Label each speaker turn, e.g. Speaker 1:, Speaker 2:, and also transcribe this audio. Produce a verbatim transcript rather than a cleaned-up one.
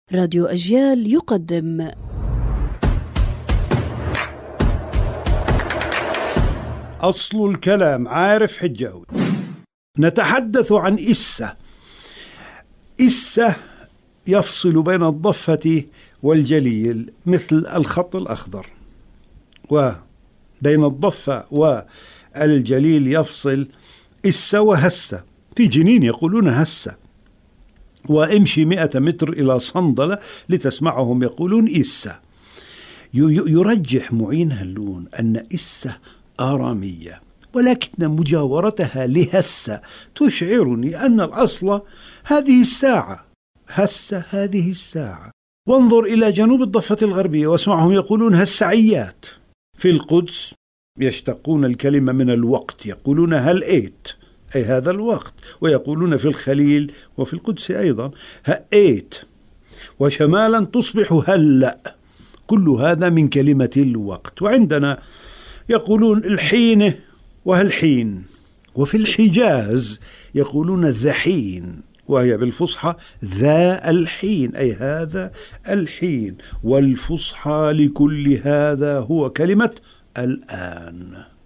Speaker 1: راديو أجيال يقدم
Speaker 2: أصل الكلام. عارف حجاوي. نتحدث عن إسة. إسة يفصل بين الضفة والجليل مثل الخط الأخضر، وبين الضفة والجليل يفصل إسة وهسة. في جنين يقولون هسة. وامشي مئة متر إلى صندلة لتسمعهم يقولون إسة. يرجح معين هلون أن إسة آرامية، ولكن مجاورتها لهسة تشعرني أن الأصل هذه الساعة، هسة هذه الساعة. وانظر إلى جنوب الضفة الغربية واسمعهم يقولون هالسعيات. في القدس يشتقون الكلمة من الوقت، يقولون هل إيت، أي هذا الوقت. ويقولون في الخليل وفي القدس أيضا هأيت. وشمالا تصبح هلأ. كل هذا من كلمة الوقت. وعندنا يقولون الحين وهالحين. وفي الحجاز يقولون الذحين، وهي بالفصحى ذا الحين، أي هذا الحين. والفصحى لكل هذا هو كلمة الآن.